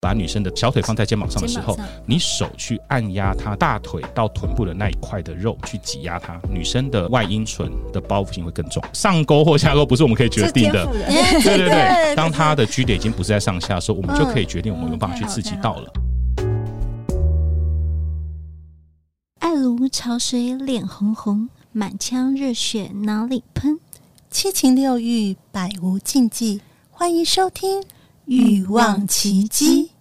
把女生的小腿放在肩膀上的时候，你手去按压她大腿到臀部的那一块的肉，去挤压它，女生的外阴唇的包覆性会更重。上勾或下勾不是我们可以决定的，对对对。当她的G点已经不是在上下的时候，我们就可以决定我们有办法去刺激到了。 爱如潮水脸红红，满腔热血哪里喷， 七情六欲百无禁忌，欢迎收听欲望奇迹。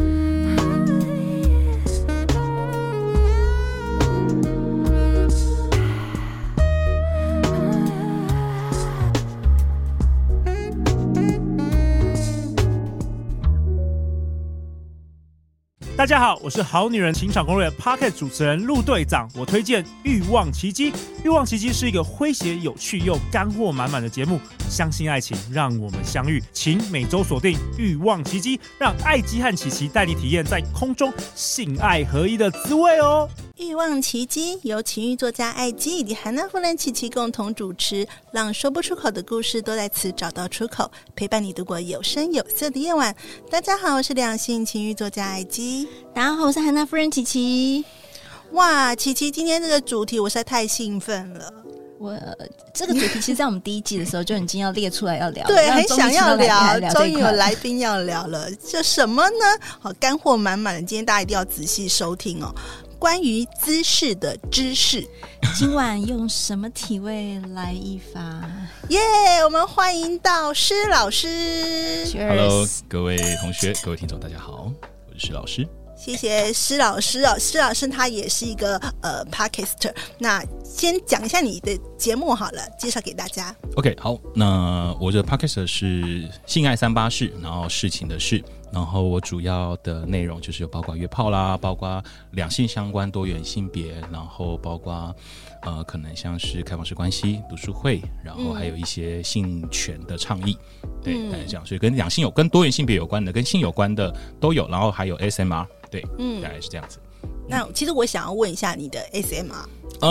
大家好，我是好女人情场攻略 Podcast 主持人陆队长。我推荐欲望奇迹。欲望奇迹是一个诙谐有趣又干货满满的节目，相信爱情，让我们相遇。请每周锁定欲望奇迹，让艾姬和琪琪带你体验在空中性爱合一的滋味哦。 欲望奇迹由情欲作家艾姬以及韩娜夫人琪琪共同主持，让说不出口的故事都在此找到出口，陪伴你度过有声有色的夜晚。大家好，我是两性情欲作家艾姬。 大家好，我是韩娜夫人琪琪。 哇，琪琪今天这个主题我实在太兴奋了。 我这个主题其实在我们第一季的时候就已经要列出来要聊， 对，很想要聊，终于有来宾要聊了。这什么呢？好，干货满满的，今天大家一定要仔细收听哦。关于姿势的知识， 今晚用什么体位来一发？ 耶、我们欢迎到施老师。 Hello， 各位同学，各位听众，大家好，我是施老师。 谢谢施老师哦，施老师他也是一个podcaster。那先讲一下你的节目好了，介绍给大家。 OK， 好，那我的 podcaster 是性爱384事，然后事情的事，然后我主要的内容就是有包括约炮啦，包括两性相关多元性别，然后包括可能像是开放式关系读书会，然后还有一些性权的倡议，对，大概这样。所以跟两性有跟多元性别有关的，跟性有关的都有，然后还有 SMR， 对，大概是这样子。 那其实我想要问一下你的 SMR。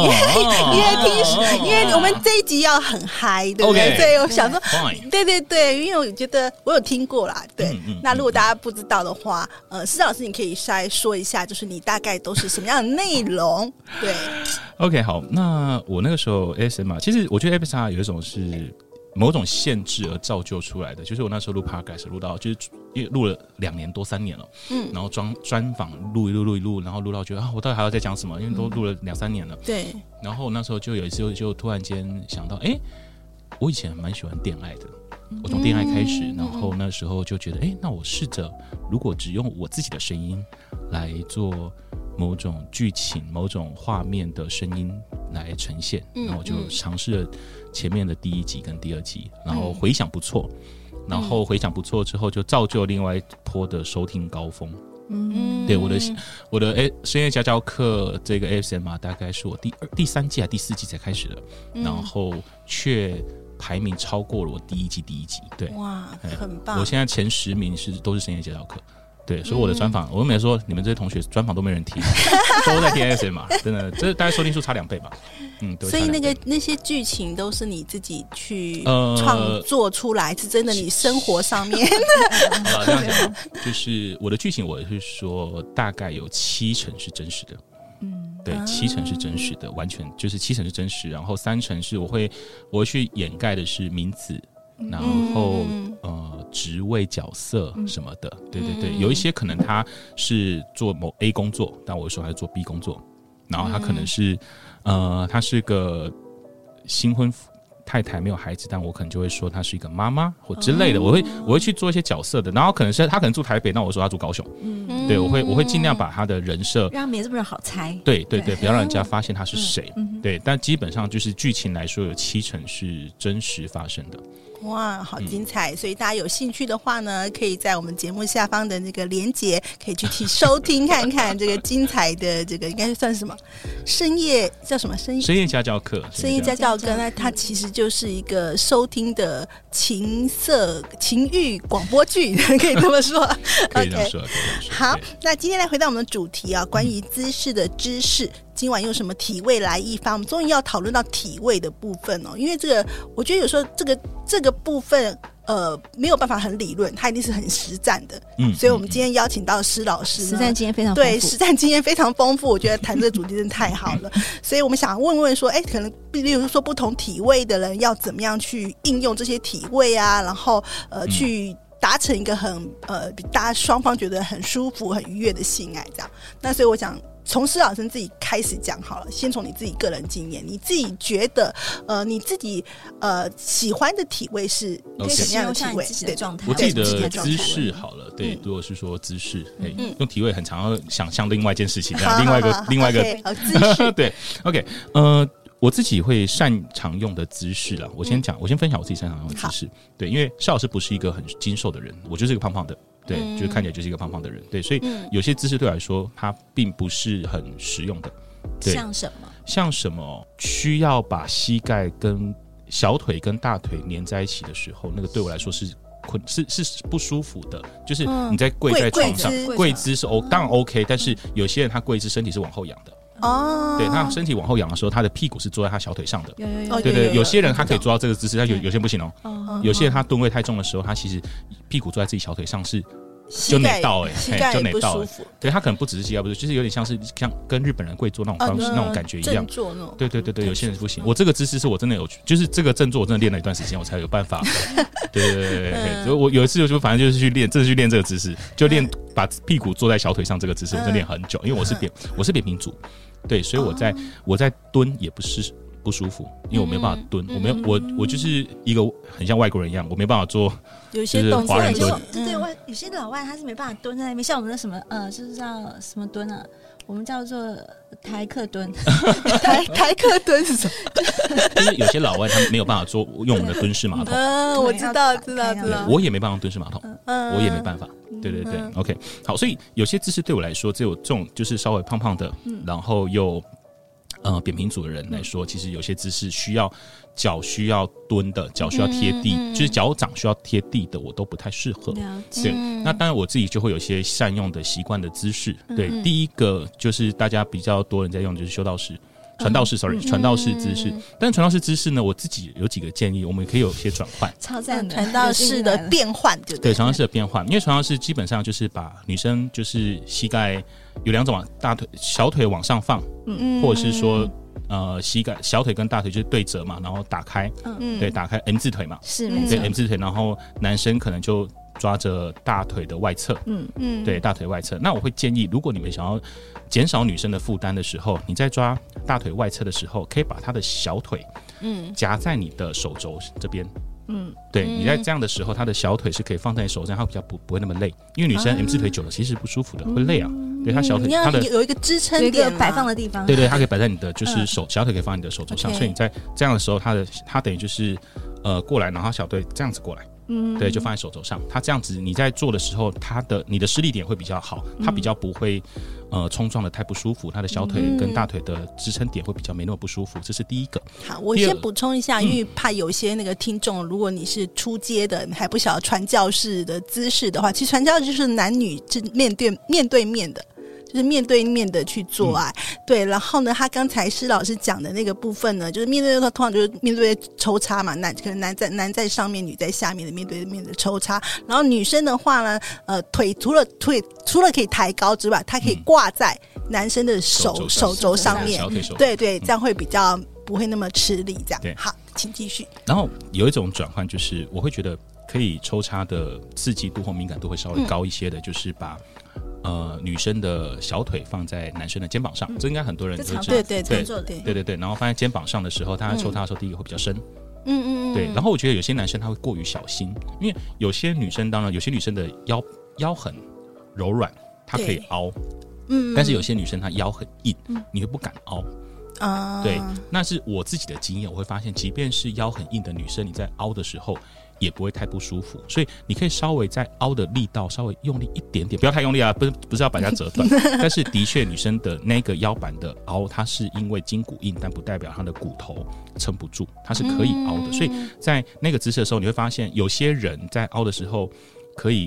因为我们这一集要很嗨，对不对？ Okay, 对，我想说，对对对，因为我觉得我有听过啦，对。那如果大家不知道的话，施老师你可以稍微说一下，就是你大概都是什么样的内容？对。 OK， 好，那我那个时候 ASMR， 其实我觉得 ASMR 有一种是某种限制而造就出来的，就是我那时候录 podcast 录到就是录了2年多3年了，然后专访录一录，然后录到觉得我到底还要再讲什么？因为都录了2-3年了，对。然后那时候就有一次就突然间想到，我以前蛮喜欢恋爱的，我从恋爱开始，然后那时候就觉得，那我试着如果只用我自己的声音来做某种剧情、某种画面的声音来呈现，然后我就尝试了前面的第1集跟第2集，然后回响不错，然后回响不错之后就造就另外一波的收听高峰。对，我的深夜家教课这个 ASMR 大概是我第3季还第4季才开始的，然后却排名超过了我第1季。对，哇，很棒！我现在前10名都是深夜家教课。对，所以我的专访，我又没说你们这些同学专访都没人听，都在听 ASMR， 真的，这大概收听数差2倍吧。 所以那些剧情都是你自己去创作出来，是真的你生活上面的。 这样讲，就是我的剧情，我是说大概有70%是真实的。对，7成是真实的，完全就是7成是真实，然后3成是我会去掩盖的是名字。然后职位角色什么的，对对对，有一些可能他是做某 A 工作，但我说他是做 B 工作，然后他可能是他是个新婚太太没有孩子，但我可能就会说她是一个妈妈或之类的，我会去做一些角色的，然后可能是他可能住台北，那我说他住高雄，对，我会尽量把他的人设让没这么人好猜， 对对对，不要让人家发现他是谁，对，但基本上就是剧情来说有70%是真实发生的。 哇，好精彩！所以大家有兴趣的话呢，可以在我们节目下方的那个连结，可以去收听看看这个精彩的这个应该算是什么深夜叫什么深夜家教课， 深夜家教课，那它其实就是一个收听的情欲广播剧，可以这么说， 可以这么说。 好，那今天来回到我们的主题啊，关于姿势的知识。今晚用什么体位来一发？我们终于要讨论到体位的部分哦，因为这个我觉得有时候这个部分没有办法很理论，它一定是很实战的。所以我们今天邀请到施老师呢， 实战经验非常丰富， 对，实战经验非常丰富，我觉得谈这个主题真的太好了。所以我们想问问说，可能例如说不同体位的人要怎么样去应用这些体位啊，然后去达成一个很大家双方觉得很舒服、很愉悦的性爱这样。那所以我想从施老师自己开始讲好了，先从你自己个人经验，你自己觉得你自己喜欢的体位是什么样的体位？ 我自己的姿势好了，对，如果是说姿势，用体位很常要想象另外一件事情，另外一个姿势， 对 ，OK， 我自己会擅长用的姿势啦，我先分享我自己擅长用的姿势，对，因为施老师不是一个很精瘦的人，我就是一个胖胖的。对，就是看起来就是一个胖胖的人，对，所以有些姿势对我来说，它并不是很实用的。对，像什么需要把膝盖跟小腿跟大腿粘在一起的时候，那个对我来说是不舒服的。就是你在跪在床上，跪姿是当然 OK， 但是有些人他跪姿身体是往后仰的。对，他身体往后仰的时候，他的屁股是坐在他小腿上的。对，有些人他可以做到这个姿势，但有些人不行哦。有些人他吨位太重的时候，他其实屁股坐在自己小腿上是就累到就累到对，他可能不只是膝盖不舒服，就是有点像跟日本人跪坐那种方式那种感觉一样。对，有些人不行。我这个姿势是我真的有，就是这个正坐我真的练了一段时间，我才有办法。对，所以我有一次就反正就是真的去练这个姿势，就练把屁股坐在小腿上这个姿势，我真的练很久，因为我是扁平足。对，所以我在蹲也不舒服，因为我没办法蹲，我就是一个很像外国人一样，我没办法做， 有些动作华人蹲，对，有些老外他是没办法蹲在那边，像我们的什么就是叫什么蹲啊，我们叫做台客蹲， 台客蹲是什么？ 就是有些老外他没有办法用我们的蹲式马桶， 我知道， 我也没办法用蹲式马桶，我也没办法。对 OK， 好，所以有些姿势对我来说，只有这种就是稍微胖胖的，然后又扁平足的人来说，其实有些姿势脚需要蹲的，脚需要贴地，就是脚掌需要贴地的，我都不太适合。对，那当然我自己就会有些善用的习惯的姿势。对，第一个就是大家比较多人在用，就是传道式姿势。但是传道式姿势呢，我自己有几个建议，我们可以有些转换。 超赞的传道式的变换， 对，传道式的变换，因为传道式基本上就是把女生就是膝盖有两种，小腿往上放，或者是说膝盖小腿跟大腿就是对折嘛，然后打开，对，打开 M 字腿嘛， 是对 M 字腿，然后男生可能就抓着大腿的外侧，对，大腿外侧。那我会建议，如果你们想要减少女生的负担的时候，你在抓大腿外侧的时候，可以把她的小腿，夹在你的手肘这边。对，你在这样的时候，她的小腿是可以放在你手上，她比较不会那么累，因为女生 M 字腿久了其实不舒服的，会累啊。对，她小腿她的有一个支撑点， 有一个摆放的地方。 对，她可以摆在你的就是小腿可以放在你的手肘上，所以你在这样的时候，她等于就是过来，然后小腿这样子过来。对，就放在手肘上。它这样子，你在做的时候，你的施力点会比较好，它比较不会冲撞的太不舒服，它的小腿跟大腿的支撑点会比较没那么不舒服。这是第一个。 好，我先补充一下，因为怕有些那个听众，如果你是初阶的还不晓得传教士的姿势的话，其实传教士就是男女是面对面的。就是面对面的去做爱，对，然后呢，他刚才施老师讲的那个部分呢，就是面对通常就是面对抽插嘛，可能男在上面，女在下面的面对面的抽插，然后女生的话呢，腿除了可以抬高之外，它可以挂在男生的手肘上面，对，这样会比较不会那么吃力，这样。好，请继续。 然后有一种转换，就是我会觉得可以抽插的刺激度或敏感度会稍微高一些的，就是把女生的小腿放在男生的肩膀上，这应该很多人都知道。对，然后放在肩膀上的时候，他抽插的时候，第一个会比较深。对。然后我觉得有些男生他会过于小心，因为有些女生的腰很柔软，她可以凹。但是有些女生她腰很硬，你会不敢凹。对，那是我自己的经验，我会发现，即便是腰很硬的女生，你在凹的时候也不会太不舒服，所以你可以稍微在凹的力道稍微用力一点点，不要太用力啊，不是要把人家折断。但是的确，女生的那个腰板的凹，它是因为筋骨硬，但不代表她的骨头撑不住，它是可以凹的。所以在那个姿势的时候，你会发现有些人在凹的时候可以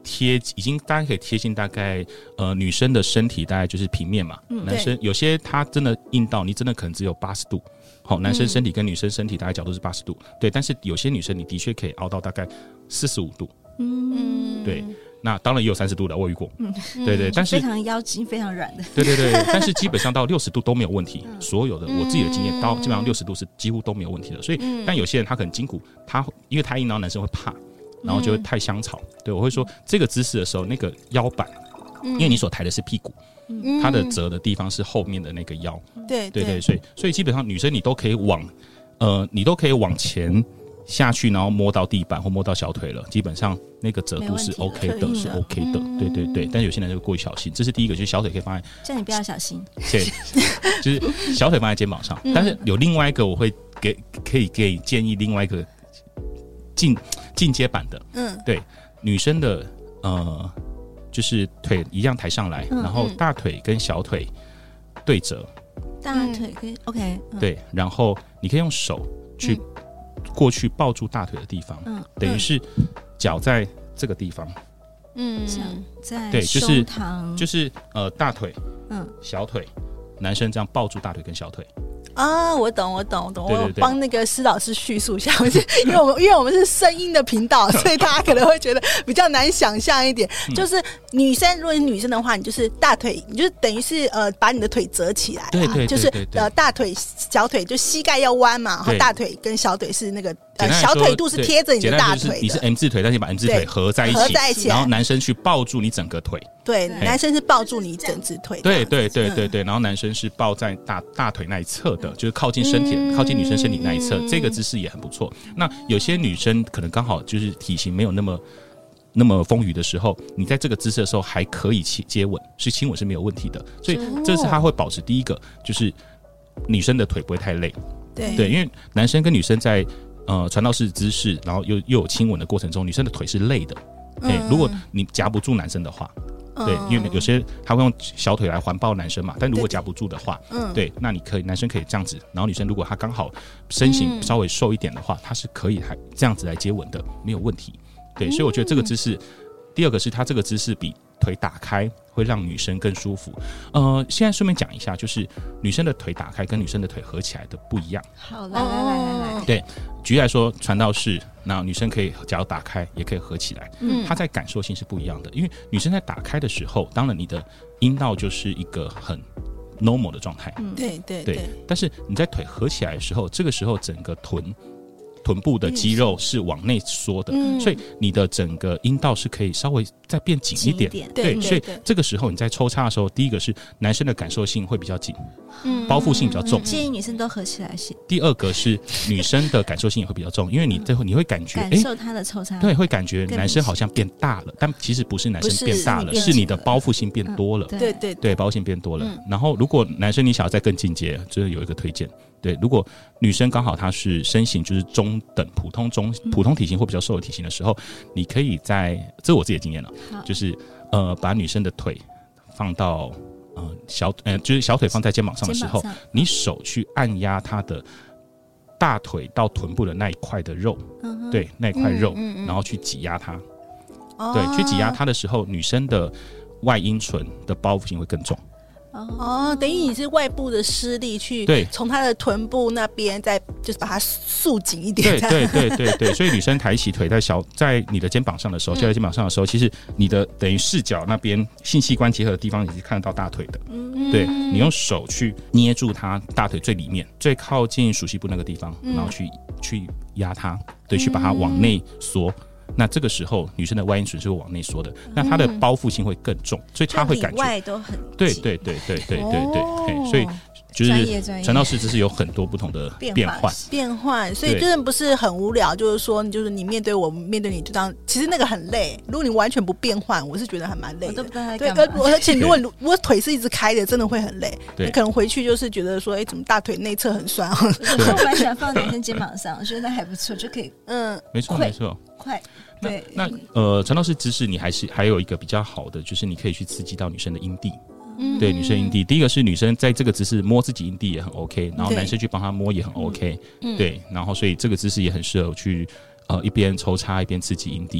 已经大概可以贴近大概女生的身体大概就是平面嘛，男生有些他真的硬到你真的可能只有80度。好，男生身体跟女生身体大概角度是80度，对，但是有些女生你的确可以凹到大概45度，对，那当然也有30度的，我遇过，对对，但是非常腰筋非常软的， 对对对，但是基本上到60度都没有问题，所有的我自己的经验到基本上60度是几乎都没有问题的，所以，但有些人他可能筋骨因为太硬，然后男生会怕，然后就会太香草，对，我会说这个姿势的时候，那个腰板，因为你所抬的是屁股。它的折的地方是后面的那个腰，对对对，所以基本上女生你都可以往前下去，然后摸到地板或摸到小腿了，基本上那个折度是 OK 的，是 OK 的，对对对。但是有些人就过于小心，这是第一个，就是小腿可以放在， 叫你不要小心， 对，就是小腿放在肩膀上。但是有另外一个，我会可以给建议另外一个进阶版的，对，女生的就是腿一样抬上来，然后大腿跟小腿对折， 大腿跟 OK， 对，然后你可以用手去过去抱住大腿的地方，等于是脚在这个地方， 脚在对， 胸膛， 就是大腿，小腿，男生这样抱住大腿跟小腿。 啊，我懂， 对对对， 我帮那个施老师叙述一下，因为我们是声音的频道，所以大家可能会觉得比较难想象一点。就是女生，如果是女生的话，你就是大腿，你就等于是把你的腿折起来， 对对， 就是大腿、小腿就膝盖要弯嘛，然后大腿跟小腿是那个小腿肚是贴着你的大腿的， 你是 M 字腿，但是把 M 字腿合在一起，然后男生去抱住你整个腿， 对，男生是抱住你整只腿， 对对对对对，然后男生是抱在大腿那一侧的，就是靠近身体、靠近女生身体那一侧，这个姿势也很不错。那有些女生可能刚好就是体型没有那么丰腴的时候，你在这个姿势的时候还可以接吻，是亲吻是没有问题的。所以这是他会保持第一个，就是女生的腿不会太累，对，因为男生跟女生在传道式姿势，然后又有亲吻的过程中，女生的腿是累的。如果你夹不住男生的话。对，因为有些他会用小腿来环抱男生嘛，但如果夹不住的话，对，那男生可以这样子，然后女生如果她刚好身形稍微瘦一点的话，她是可以还这样子来接吻的，没有问题。对，所以我觉得这个姿势，第二个是它这个姿势比腿打开会让女生更舒服。现在顺便讲一下，就是女生的腿打开跟女生的腿合起来的不一样。 好，来， 对，举例来说，传道式，那女生可以脚打开，也可以合起来，它在感受性是不一样的。因为女生在打开的时候，当然你的阴道就是一个很 normal 的状态，对。但是你在腿合起来的时候，这个时候整个臀部的肌肉是往内缩的，所以你的整个阴道是可以稍微再变紧一点，对，所以这个时候你在抽插的时候，第一个是男生的感受性会比较紧，包覆性比较重， 建议女生都合起来。 第二个是女生的感受性也会比较重，因为你会感觉感受她的抽插， 对，会感觉男生好像变大了，但其实不是男生变大了，是你的包覆性变多了，对，包覆性变多了。然后如果男生你想要再更进阶，就是有一个推荐。对，如果女生刚好她是身形就是中等、普通体型或比较瘦的体型的时候，你可以这是我自己的经验了，就是把女生的腿放到就是小腿放在肩膀上的时候，你手去按压她的大腿到臀部的那一块的肉，对，那一块肉，然后去挤压它，对，去挤压它的时候，女生的外阴唇的包覆性会更重。 等于你是外部的施力去从他的臀部那边再就是把它束紧一点， 对，所以女生抬起腿在你的肩膀上的时候，在肩膀上的时候，其实你的等于视角那边性器官结合的地方，你是看得到大腿的，对，你用手去捏住它大腿最里面最靠近属膝部那个地方，然后去压它，对，去把它往内缩。那这个时候，女生的外阴唇是会往内缩的，那它的包覆性会更重，所以她会感觉里外都很对，所以就是传道式姿势有很多不同的变换， 所以真的不是很无聊，就是说，就是你面对我，面对你，就当其实那个很累。如果你完全不变换，我是觉得还蛮累的。 我都不知道在对， 干嘛。 而且如果腿是一直开的，真的会很累。你可能回去就是觉得说，怎么大腿内侧很酸？ 我蛮喜欢放男生肩膀上，我觉得那还不错，就可以没错。 快对。 那传道式姿势，你还有一个比较好的，就是你可以去刺激到女生的阴蒂。对，女生阴蒂，第一个是女生在这个姿势摸自己阴蒂也很 OK， 然后男生去帮她摸也很 OK，对，然后所以这个姿势也很适合去一边抽插一边刺激阴蒂。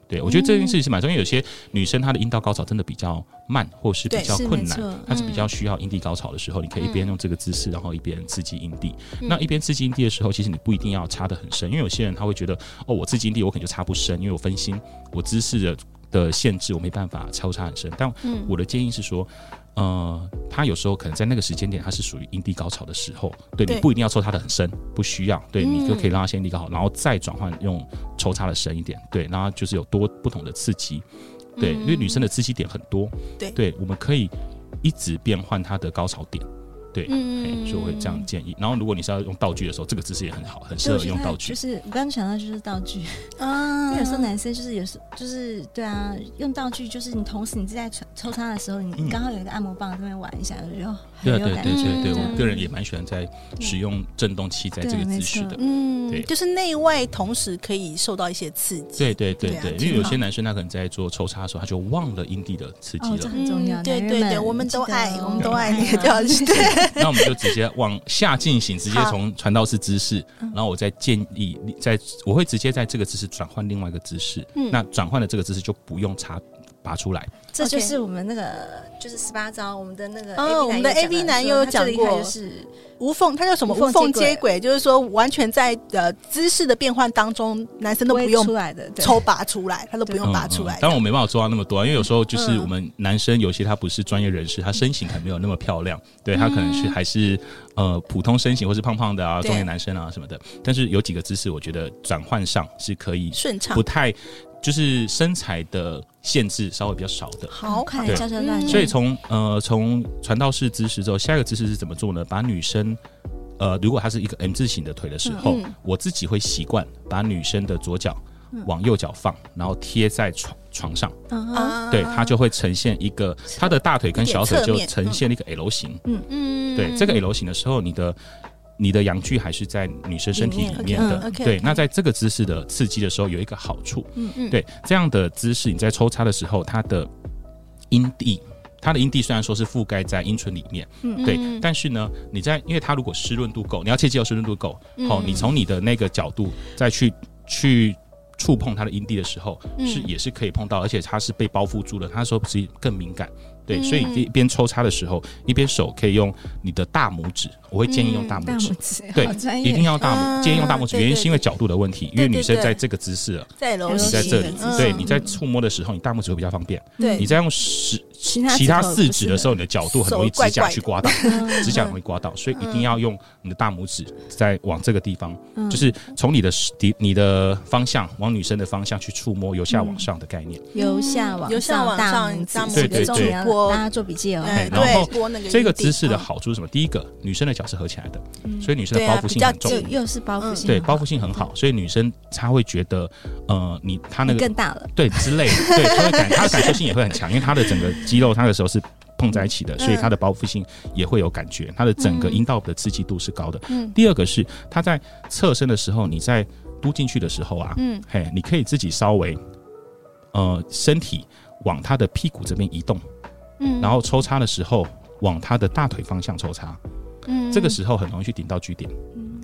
对，我觉得这件事情是蛮重要，因为有些女生她的阴道高潮真的比较慢，或是比较困难，她是比较需要阴蒂高潮的时候，你可以一边用这个姿势，然后一边刺激阴蒂。那一边刺激阴蒂的时候，其实你不一定要插得很深，因为有些人他会觉得，哦，我刺激阴蒂我可能就插不深，因为我分心，我姿势的限制，我没办法插很深。但我的建议是说，他有时候可能在那个时间点，他是属于阴蒂高潮的时候，对你不一定要抽插的很深，不需要，对你就可以让他先阴蒂高潮，然后再转换用抽插的深一点，对，然后就是有不同的刺激，对，因为女生的刺激点很多，对，我们可以一直变换她的高潮点。对，所以我会这样建议。然后，如果你是要用道具的时候，这个姿势也很好，很适合用道具。 就是我刚刚想到就是道具因为有时候男生就是对啊，用道具就是你同时你在抽插的时候，你刚好有一个按摩棒在那边玩一下，我觉得很有感觉。 对，我个人也蛮喜欢在使用震动器在这个姿势的。 对，就是内外同时可以受到一些刺激。 对，因为有些男生他可能在做抽插的时候，他就忘了阴蒂的刺激了。 这很重要。 对，我们都爱那个道具。 那我们就直接往下进行，直接从传道士姿势，然后我再建议我会直接在这个姿势转换另外一个姿势。那转换的这个姿势就不用拔出来。 这就是我们那个就是18招，我们的那个我们的 AV 男又有讲过，就是无缝，它叫什么无缝接轨，就是说完全在姿势的变换当中，男生都不用抽拔出来，他都不用拔出来。 当然我没办法做到那么多，因为有时候就是我们男生有些他不是专业人士，他身形可能没有那么漂亮，对，他可能是还是普通身形或是胖胖的啊，中年男生啊什么的。但是有几个姿势，我觉得转换上是可以顺畅，不太就是身材的限制稍微比较少的。 好，看来教教大家。 所以从传道式姿势之后，下一个姿势是怎么做呢？把女生如果她是一个 M 字形的腿的时候，我自己会习惯把女生的左脚往右脚放，然后贴在床上，对，它就会呈现一个她的大腿跟小腿就呈现一个 L 型。对，这个 L 型的时候，你的阳具还是在女生身体里面的，对。那在这个姿势的刺激的时候，有一个好处，对，这样的姿势你在抽插的时候，它的阴蒂虽然说是覆盖在阴唇里面，对，但是呢，因为它如果湿润度够，你要切记湿润度够，你从你的那个角度再去触碰它的阴蒂的时候，也是可以碰到，而且它是被包覆住的，它说是更敏感。对，所以一边抽插的时候，一边手可以用你的大拇指，我会建议用大拇指，对，一定要建议用大拇指，原因是因为角度的问题，因为女生在这个姿势了，你在这里，对，你在触摸的时候，你大拇指会比较方便，你在用其他四指的时候，你的角度很容易指甲去刮到，指甲很容易刮到，所以一定要用你的大拇指再往这个地方，就是从你的方向往女生的方向去触摸，由下往上的概念， 由下往上，大拇指， 对。 大家做笔记哦。 然后这个姿势的好处是什么？第一个，女生的脚是合起来的，所以女生的包覆性很重， 又是包覆性， 对，包覆性很好，所以女生她会觉得，她那个更大了， 对之类的，对，她的感受性也会很强，因为她的整个肌肉，她的时候是碰在一起的，所以她的包覆性也会有感觉，她的整个阴道的刺激度是高的。第二个是她在侧身的时候，你在嘟进去的时候啊，你可以自己稍微身体往他的屁股这边移动，然后抽插的时候往他的大腿方向抽插，这个时候很容易去顶到G点。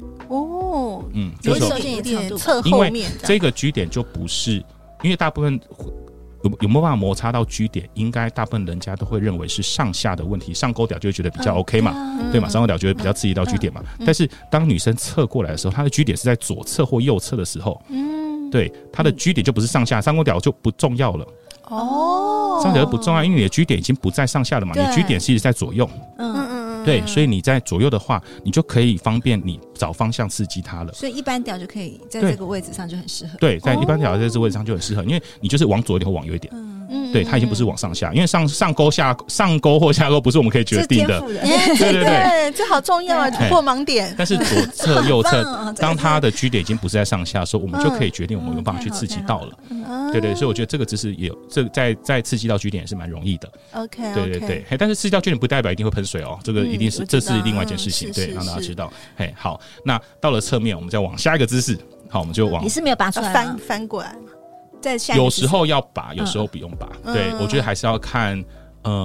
就是有点侧后面， 因为这个G点就不是，因为大部分有没有办法摩擦到G点，应该大部分人家都会认为是上下的问题，上勾屌就会觉得比较 OK 嘛，对嘛，上勾屌就会比较刺激到G点嘛。但是当女生侧过来的时候，她的G点是在左侧或右侧的时候，对，她的G点就不是上下，上勾屌就不重要了。上勾屌不重要，因为你的G点已经不在上下了嘛，你的G点其实在左右。对，所以你在左右的话，你就可以方便你找方向刺激它了。 所以一般屌就可以在这个位置上就很适合。 对，在一般屌在这个位置上就很适合，因为你就是往左一点或往右一点。对，它已经不是往上下，因为上钩或下钩不是我们可以决定的。 对，这好重要啊，突破盲点。 但是左侧、右侧，当它的G点已经不是在上下的时候，我们就可以决定我们有没有办法去刺激到了。对，所以我觉得这个姿势也有在刺激到G点也是蛮容易的。 OK， 对，但是刺激到G点不代表一定会喷水哦，这个一定是这是另外一件事情，对，让大家知道。好，那到了侧面，我们再往下一个姿势。好，我们就往你是没有拔出来翻过来。 在下有时候要拔，有时候不用拔。对，我觉得还是要看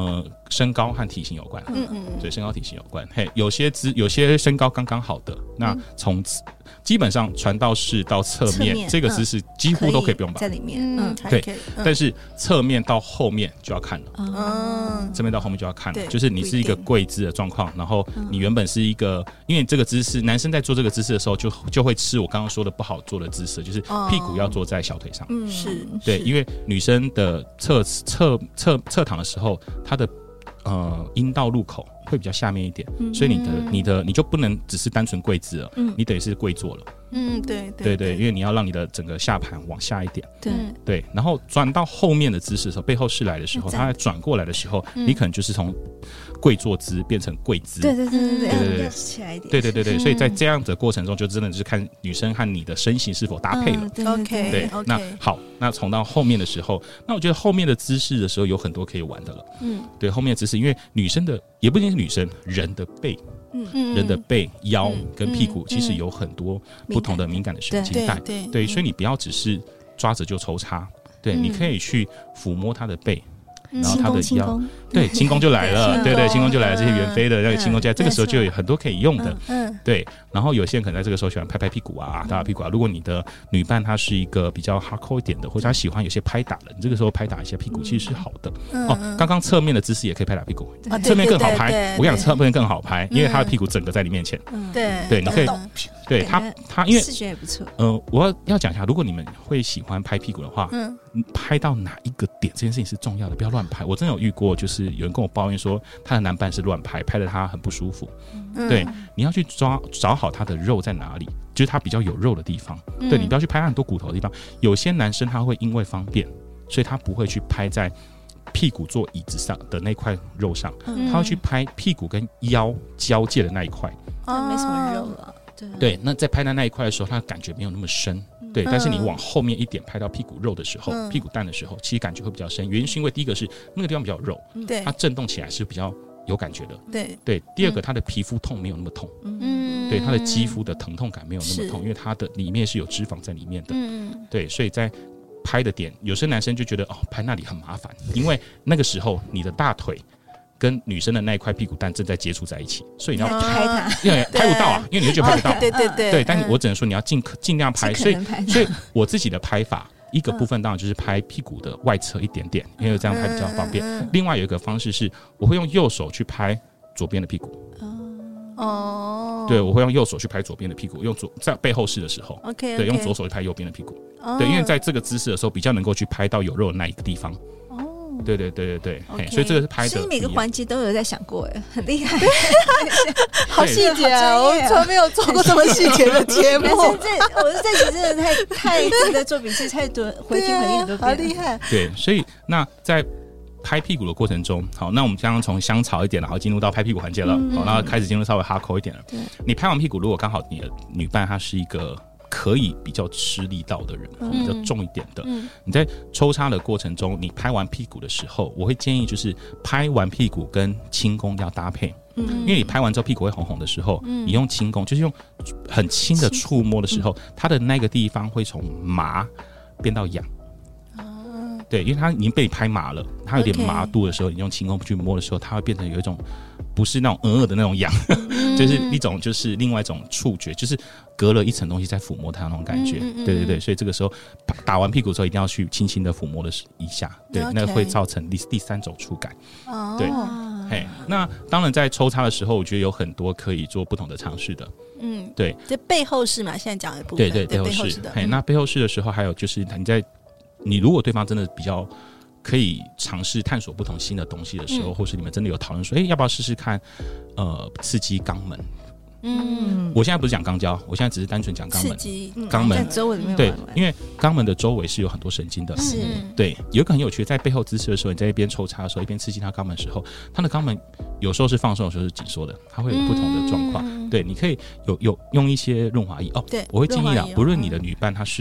身高和体型有关，对，身高体型有关。嘿，有些身高刚刚好的，那从基本上传道式到侧面这个姿势几乎都可以不用绑在里面， 对，但是侧面到后面就要看了，侧面到后面就要看了，就是你是一个跪姿的状况，然后你原本是一个，因为这个姿势，男生在做这个姿势的时候就会吃我刚刚说的不好做的姿势，就是屁股要坐在小腿上， 是， 对，因为女生的侧躺的时候，她的阴道入口会比较下面一点，所以你就不能只是单纯跪姿了，你等于是跪坐了。对，因为你要让你的整个下盘往下一点，对，然后转到后面的姿势的时候，背后式来的时候，它转过来的时候，你可能就是从跪坐姿变成跪姿， 对，起来一点， 对，所以在这样的过程中，就真的是看女生和你的身形是否搭配了。 OK， 对，那好，那从到后面的时候，那我觉得后面的姿势的时候有很多可以玩的了。对，后面的姿势，因为女生的也不仅是女生，人的背。人的背、腰跟屁股其实有很多不同的敏感的神经带，对，所以你不要只是抓着就抽插，对，你可以去抚摸他的背，然后他的腰，对，轻功就来了，对，轻功就来了，这些袁飞的那个轻功就在这个时候就有很多可以用的，对，然后有些人可能在这个时候喜欢拍拍屁股啊，打打屁股啊。如果你的女伴她是一个比较 hardcore 一点的，或者她喜欢有些拍打的，你这个时候拍打一下屁股其实是好的。刚刚侧面的姿势也可以拍打屁股，侧面更好拍。我跟你讲，侧面更好拍，因为她的屁股整个在你面前。对，你可以，对她因为视觉也不错。 我要讲一下，如果你们会喜欢拍屁股的话，拍到哪一个点这件事情是重要的，不要乱拍。我真的有遇过，就是有人跟我抱怨说，他的男伴是乱拍，拍得他很不舒服。对，你要去找好他的肉在哪里，就是他比较有肉的地方。对，你不要去拍他很多骨头的地方。有些男生他会因为方便，所以他不会去拍在屁股坐椅子上的那块肉上，他会去拍屁股跟腰交界的那一块。 没什么肉了。 对，那在拍那一块的时候，他感觉没有那么深。对，但是你往后面一点拍到屁股肉的时候，屁股蛋的时候，其实感觉会比较深。原因是因为第一个是那个地方比较有肉，它震动起来是比较有感觉的。对，第二个它的皮肤痛没有那么痛，对，它的肌肤的疼痛感没有那么痛，因为它的里面是有脂肪在里面的。对，所以在拍的点，有些男生就觉得拍那里很麻烦，因为那个时候你的大腿跟女生的那一块屁股蛋正在接触在一起，所以你要拍它， 因为拍不到啊，因为你就觉得拍不到。 对， 但我只能说你要尽量拍，所以我自己的拍法，一个部分当然就是拍屁股的外侧一点点，因为这样拍比较方便。另外有一个方式是，我会用右手去拍左边的屁股。对，我会用右手去拍左边的屁股，在背后式的时候，对，用左手去拍右边的屁股。对，因为在这个姿势的时候，比较能够去拍到有肉的那一个地方。对，所以这个是拍的。 所以每个环节都有在想过，哎，很厉害， 好细节啊！我从来没有做过这么细节的节目。 我这集真的太值得做笔记，太多回听很多遍， 好厉害。 对，所以那在拍屁股的过程中，好，那我们刚刚从香草一点，然后进入到拍屁股环节了，好，然后开始进入稍微hardcore一点了。你拍完屁股，如果刚好你的女伴她是一个可以比较吃力道的人，比较重一点的，你在抽插的过程中，你拍完屁股的时候，我会建议就是拍完屁股跟轻功要搭配，因为你拍完之后屁股会红红的时候，你用轻功就是用很轻的触摸的时候，它的那个地方会从麻变到痒。对，因为它已经被你拍麻了，它有点麻度的时候，你用轻功去摸的时候，它会变成有一种不是那种的那种痒，就是一种就是另外一种触觉，就是隔了一层东西在抚摸它那种感觉。对，所以这个时候打完屁股之后，一定要去轻轻的抚摸的一下，对，那个会造成第三种触感。对，那当然在抽插的时候，我觉得有很多可以做不同的尝试的。对， 这背后式嘛，现在讲的部分， 对，背后式的。那背后式的时候，还有就是你如果对方真的比较可以尝试探索不同新的东西的时候，或是你们真的有讨论说，要不要试试看，刺激肛门？我现在不是讲肛交，我现在只是单纯讲肛门。肛门在周围没有对，因为肛门的周围是有很多神经的。对，有一个很有趣的，在背后姿势的时候，你在一边抽插的时候，一边刺激他肛门的时候，他的肛门有时候是放松，有时候是紧缩的，它会有不同的状况。对，你可以有用一些润滑液。对，我会建议啊，不论你的女伴她是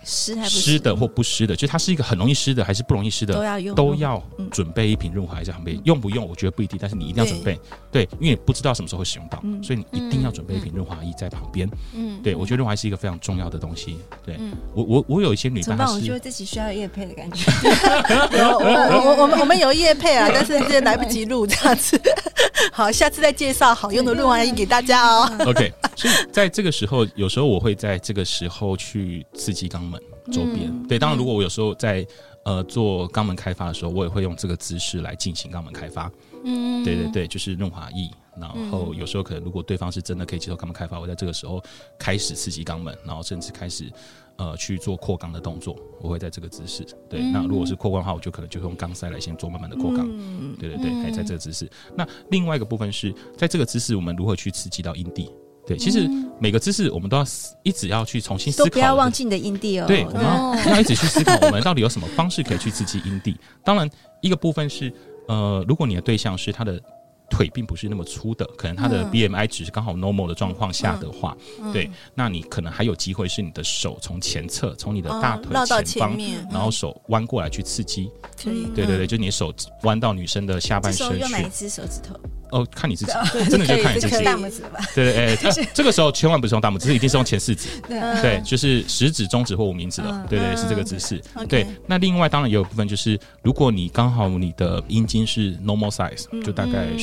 湿的或不湿的，就是它是一个很容易湿的还是不容易湿的，都要准备一瓶润滑液在旁边。用不用我觉得不一定，但是你一定要准备。对，因为你不知道什么时候会使用到，所以你一定要准备一瓶润滑液在旁边。对，我觉得润滑液是一个非常重要的东西。对，我有一些女伴， 我觉得自己需要业配的感觉。 我们有业配啊，但是这来不及录这样子。好，下次再介绍好用的润滑液给大家哦。 OK， 所以在这个时候，有时候我会在这个时候去刺激肛门周边。对，当然如果我有时候在做肛门开发的时候，我也会用这个姿势来进行肛门开发。对对对，就是润滑液。然后有时候可能如果对方是真的可以接受肛门开发，我在这个时候开始刺激肛门，然后甚至开始去做扩肛的动作，我会在这个姿势。对，那如果是扩肛的话，我就可能就用肛塞来先做慢慢的扩肛。对对对，还在这个姿势。那另外一个部分是在这个姿势，我们如何去刺激到阴蒂？对，其实每个姿势我们都要一直要去重新思考， 都不要忘记你的阴蒂哦。 对，我们要一直去思考，我们到底有什么方式可以去刺激阴蒂。当然，一个部分是如果你的对象是他的腿并不是那么粗的，可能他的 BMI 值刚好 normal 的状况下的话，对，那你可能还有机会是你的手从前侧，从你的大腿前方，然后手弯过来去刺激。 可以， 对对对，就你的手弯到女生的下半身去。 用哪一只手指头？ 看你自己，真的就看你自己。 大拇指吧。 对对，这个时候千万不是用大拇指，一定是用前4指。对，就是食指、中指或无名指了。对对，是这个姿势。对，那另外当然也有部分就是，如果你刚好你的阴茎是 normal size，就大概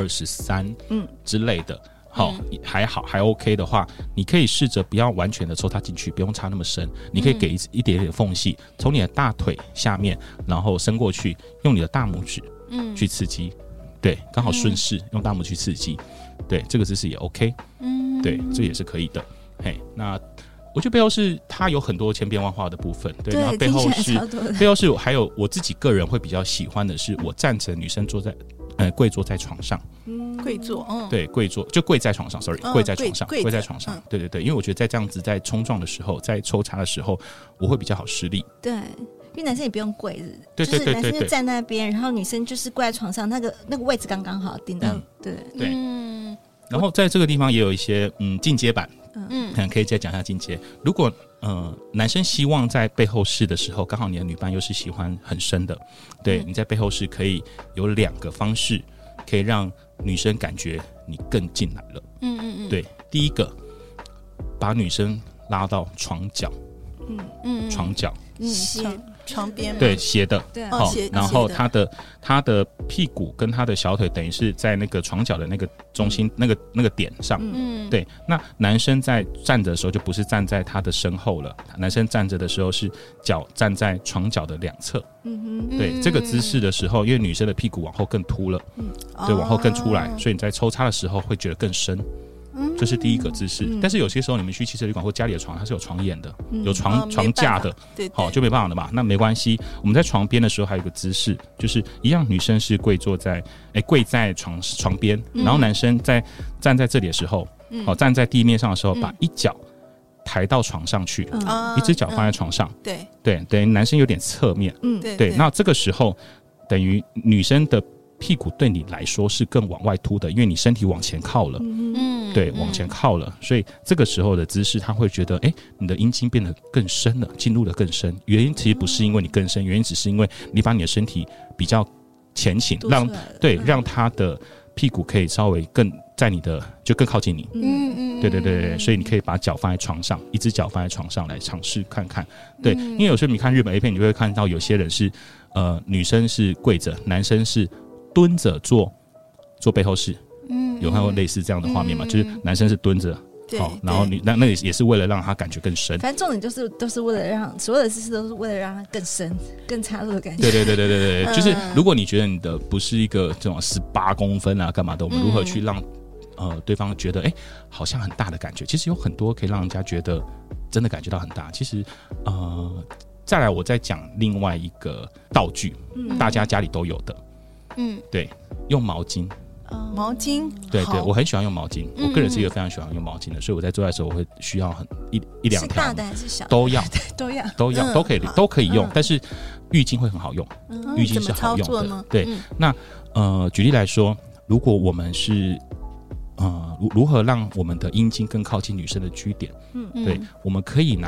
12、13之类的。好，还好，还 OK 的话，你可以试着不要完全的抽插进去，不用插那么深，你可以给一点点缝隙，从你的大腿下面，然后伸过去，用你的大拇指，去刺激，对，刚好顺势用大拇指去刺激，对，这个姿势也 OK，对，这也是可以的。嘿，那我觉得背后是它有很多千变万化的部分，对，然后背后是还有我自己个人会比较喜欢的是，我赞成女生坐在跪坐在床上。 跪坐， 对，跪坐就跪在床上 ，sorry， 跪在床上，跪在床上，对对对，因为我觉得在这样子在冲撞的时候，在抽插的时候，我会比较好施力。 对，因为男生也不用跪， 对对对对， 就是男生就站那边，然后女生就是跪在床上，那个位置刚刚好顶到，对对。 然后在这个地方也有一些进阶版，可能可以再讲一下进阶。如果男生希望在背后式的时候，刚好你的女伴又是喜欢很深的，对，你在背后式可以有2个方式。可以让女生感觉你更进来了。对，第一个，把女生拉到床角，床角， 床边， 对，斜的， 对， 好，然后她的屁股跟她的小腿等于是在那个床角的那个中心那个点上，对。那男生在站着的时候就不是站在他的身后了，男生站着的时候是脚站在床角的2侧，对，这个姿势的时候，因为女生的屁股往后更凸了，对，往后更出来，所以你在抽插的时候会觉得更深。这是第一个姿势，但是有些时候你们去汽车旅馆或家里的床，它是有床沿的，有床架的，好，就没办法了嘛。那没关系，我们在床边的时候还有一个姿势，就是一样，女生是跪在床边，然后男生在站在这里的时候，好，站在地面上的时候，把一脚抬到床上去，一只脚放在床上， 对对，等于男生有点侧面，对，那这个时候等于女生的屁股对你来说是更往外凸的，因为你身体往前靠了，对，往前靠了，所以这个时候的姿势，他会觉得，你的阴茎变得更深了，进入的更深。原因其实不是因为你更深，原因只是因为你把你的身体比较前倾，让他的屁股可以稍微更在你的就更靠近你。对对对对，所以你可以把脚放在床上，一只脚放在床上来尝试看看。对，因为有时候你看日本 A 片，你会看到有些人是女生是跪着，男生是蹲着做背后式。有看过类似这样的画面吗？就是男生是蹲着，好，然后那也是为了让他感觉更深。 反正重点就是都是为了让所有的姿势都是为了让他更深、更插入的感觉。 对对对对对对，就是如果你觉得你的不是一个这种18公分啊干嘛的，我们如何去让对方觉得好像很大的感觉？其实有很多可以让人家觉得真的感觉到很大。其实再来我再讲另外一个道具，大家家里都有的，对，用毛巾。 毛巾， 对对，我很喜欢用毛巾。我个人是一个非常喜欢用毛巾的，所以我在做爱的时候，我会需要一两条， 是大的还是小的？ 都要，都可以用。但是浴巾会很好用，浴巾是好用的。对，那举例来说，如果我们是如何让我们的阴茎更靠近女生的G点？对，我们可以拿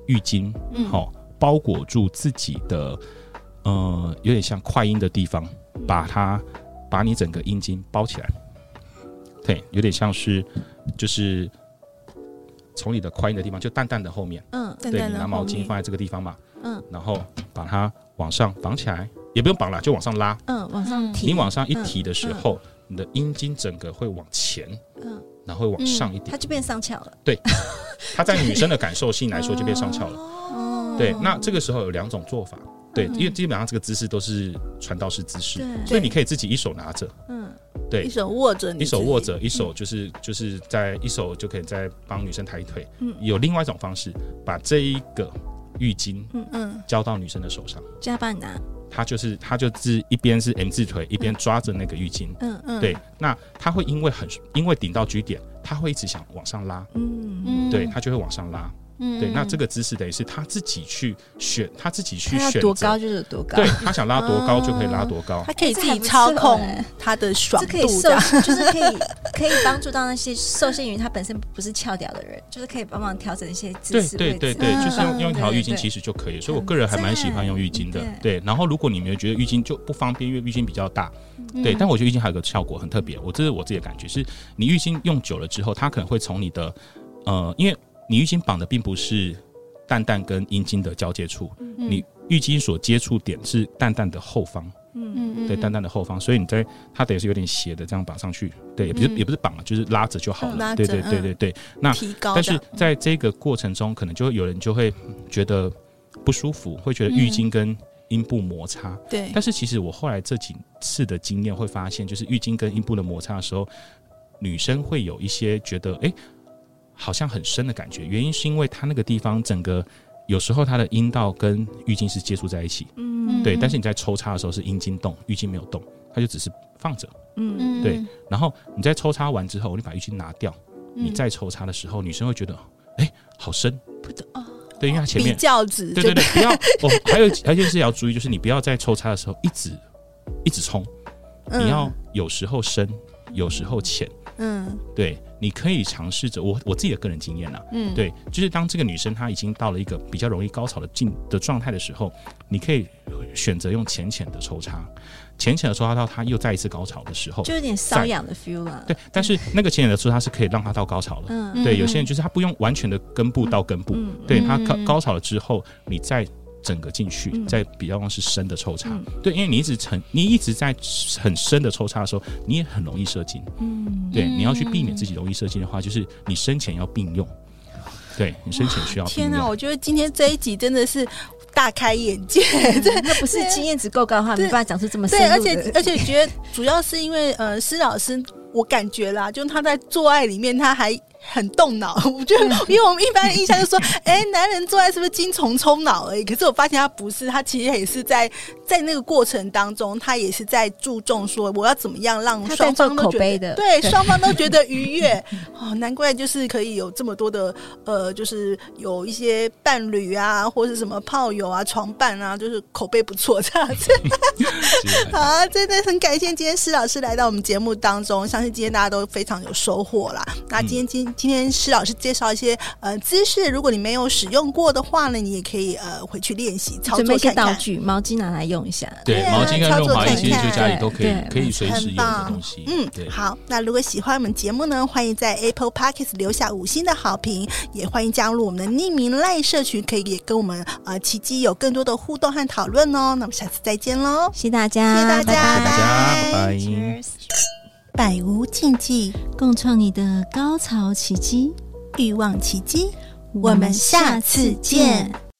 浴巾包裹住自己的有点像快阴的地方，把你整个阴茎包起来，对，有点像是就是从你的快阴的地方，就淡淡的后面，对，你拿毛巾放在这个地方嘛，然后把它往上绑起来，也不用绑啦，就往上拉， 往上提， 你往上一提的时候，你的阴茎整个会往前，然后会往上一点， 它就变上翘了， 对，它在女生的感受性来说就变上翘了，对，那这个时候有2种做法。对，因为基本上这个姿势都是传道士姿势，所以你可以自己一手拿着，对， 一手握着， 一手就是在一手就可以再帮女生抬一腿。有另外一种方式，把这一个浴巾，交到女生的手上， 叫她帮你拿。 他就是一边是 M 字腿，一边抓着那个浴巾，对，那他会因为顶到 G 点，他会一直想往上拉，对，他就会往上拉。对，那这个姿势等于是他自己去选，他自己去选择多高就是多高， 对，他想拉多高就可以拉多高， 他可以自己操控他的爽度， 就是可以帮助到那些受限于他本身不是翘屌的人，就是可以帮忙调整一些姿势位置， 对，就是用一条浴巾其实就可以，所以我个人还蛮喜欢用浴巾的，对。然后如果你们觉得浴巾就不方便，因为浴巾比较大，对，但我觉得浴巾还有个效果很特别，这是我自己的感觉，是你浴巾用久了之后，它可能会从你的因为你浴巾绑的并不是蛋蛋跟阴茎的交界处，你浴巾所接触点是蛋蛋的后方，对，蛋蛋的后方，所以它等于是有点斜的这样绑上去，对，也不是绑了，就是拉着就好了，对。那但是在这个过程中，可能就有人就会觉得不舒服，会觉得浴巾跟阴部摩擦， 对。 但是其实我后来这几次的经验会发现，就是浴巾跟阴部的摩擦的时候，女生会有一些觉得好像很深的感觉，原因是因为它那个地方整个有时候它的阴道跟浴巾是接触在一起，对，但是你在抽插的时候是阴茎动，浴巾没有动，它就只是放着，对，然后你在抽插完之后，你把浴巾拿掉，你再抽插的时候，女生会觉得好深，对，因为它前面比较子， 对，不要还有一件事要注意，就是你不要在抽插的时候一直冲，你要有时候深，有时候浅，对，你可以尝试着我自己的个人经验啦，对，就是当这个女生她已经到了一个比较容易高潮的状态的时候，你可以选择用浅浅的抽插，浅浅的抽插到她又再一次高潮的时候， 就有点瘙痒的 feel 了。 对，但是那个浅浅的抽插是可以让她到高潮了。对，有些人就是她不用完全的根部到根部，对，她高潮了之后，你再整个进去，在比较是深的抽插，对，因为你一直在很深的抽插的时候，你也很容易射精，对，你要去避免自己容易射精的话，就是你生前要并用，对，你生前需要并用。 天哪，我觉得今天这一集真的是大开眼界， 那不是经验值够高的话，没办法讲出这么深入的。 对，而且觉得主要是因为施老师，我感觉啦，就他在做爱里面，他还很动脑，我觉得，因为我们一般的印象就说，男人做爱是不是精虫充脑而已？可是我发现他不是，他其实也是在那个过程当中，他也是在注重说，我要怎么样让双方都觉得，对，双方都觉得愉悦。难怪就是可以有这么多的就是有一些伴侣啊，或是什么炮友啊、床伴啊，就是口碑不错这样子。好，真的很感谢今天施老师来到我们节目当中，相信今天大家都非常有收获啦。那今天施老师介绍一些姿势，如果你没有使用过的话呢，你也可以回去练习操作看看，准备一些道具，毛巾拿来用一下。 对，毛巾跟润滑液其实就家里都可以随时用的东西。对， 好，那如果喜欢我们节目呢，欢迎在 Apple Podcast 留下5星的好评，也欢迎加入我们的匿名赖社群，可以也跟我们奇迹有更多的互动和讨论哦。那我们下次再见喽， 谢谢大家， 谢谢大家， 拜拜。 Cheers， 百无禁忌， 共创你的高潮奇迹， 欲望奇迹，我们下次见。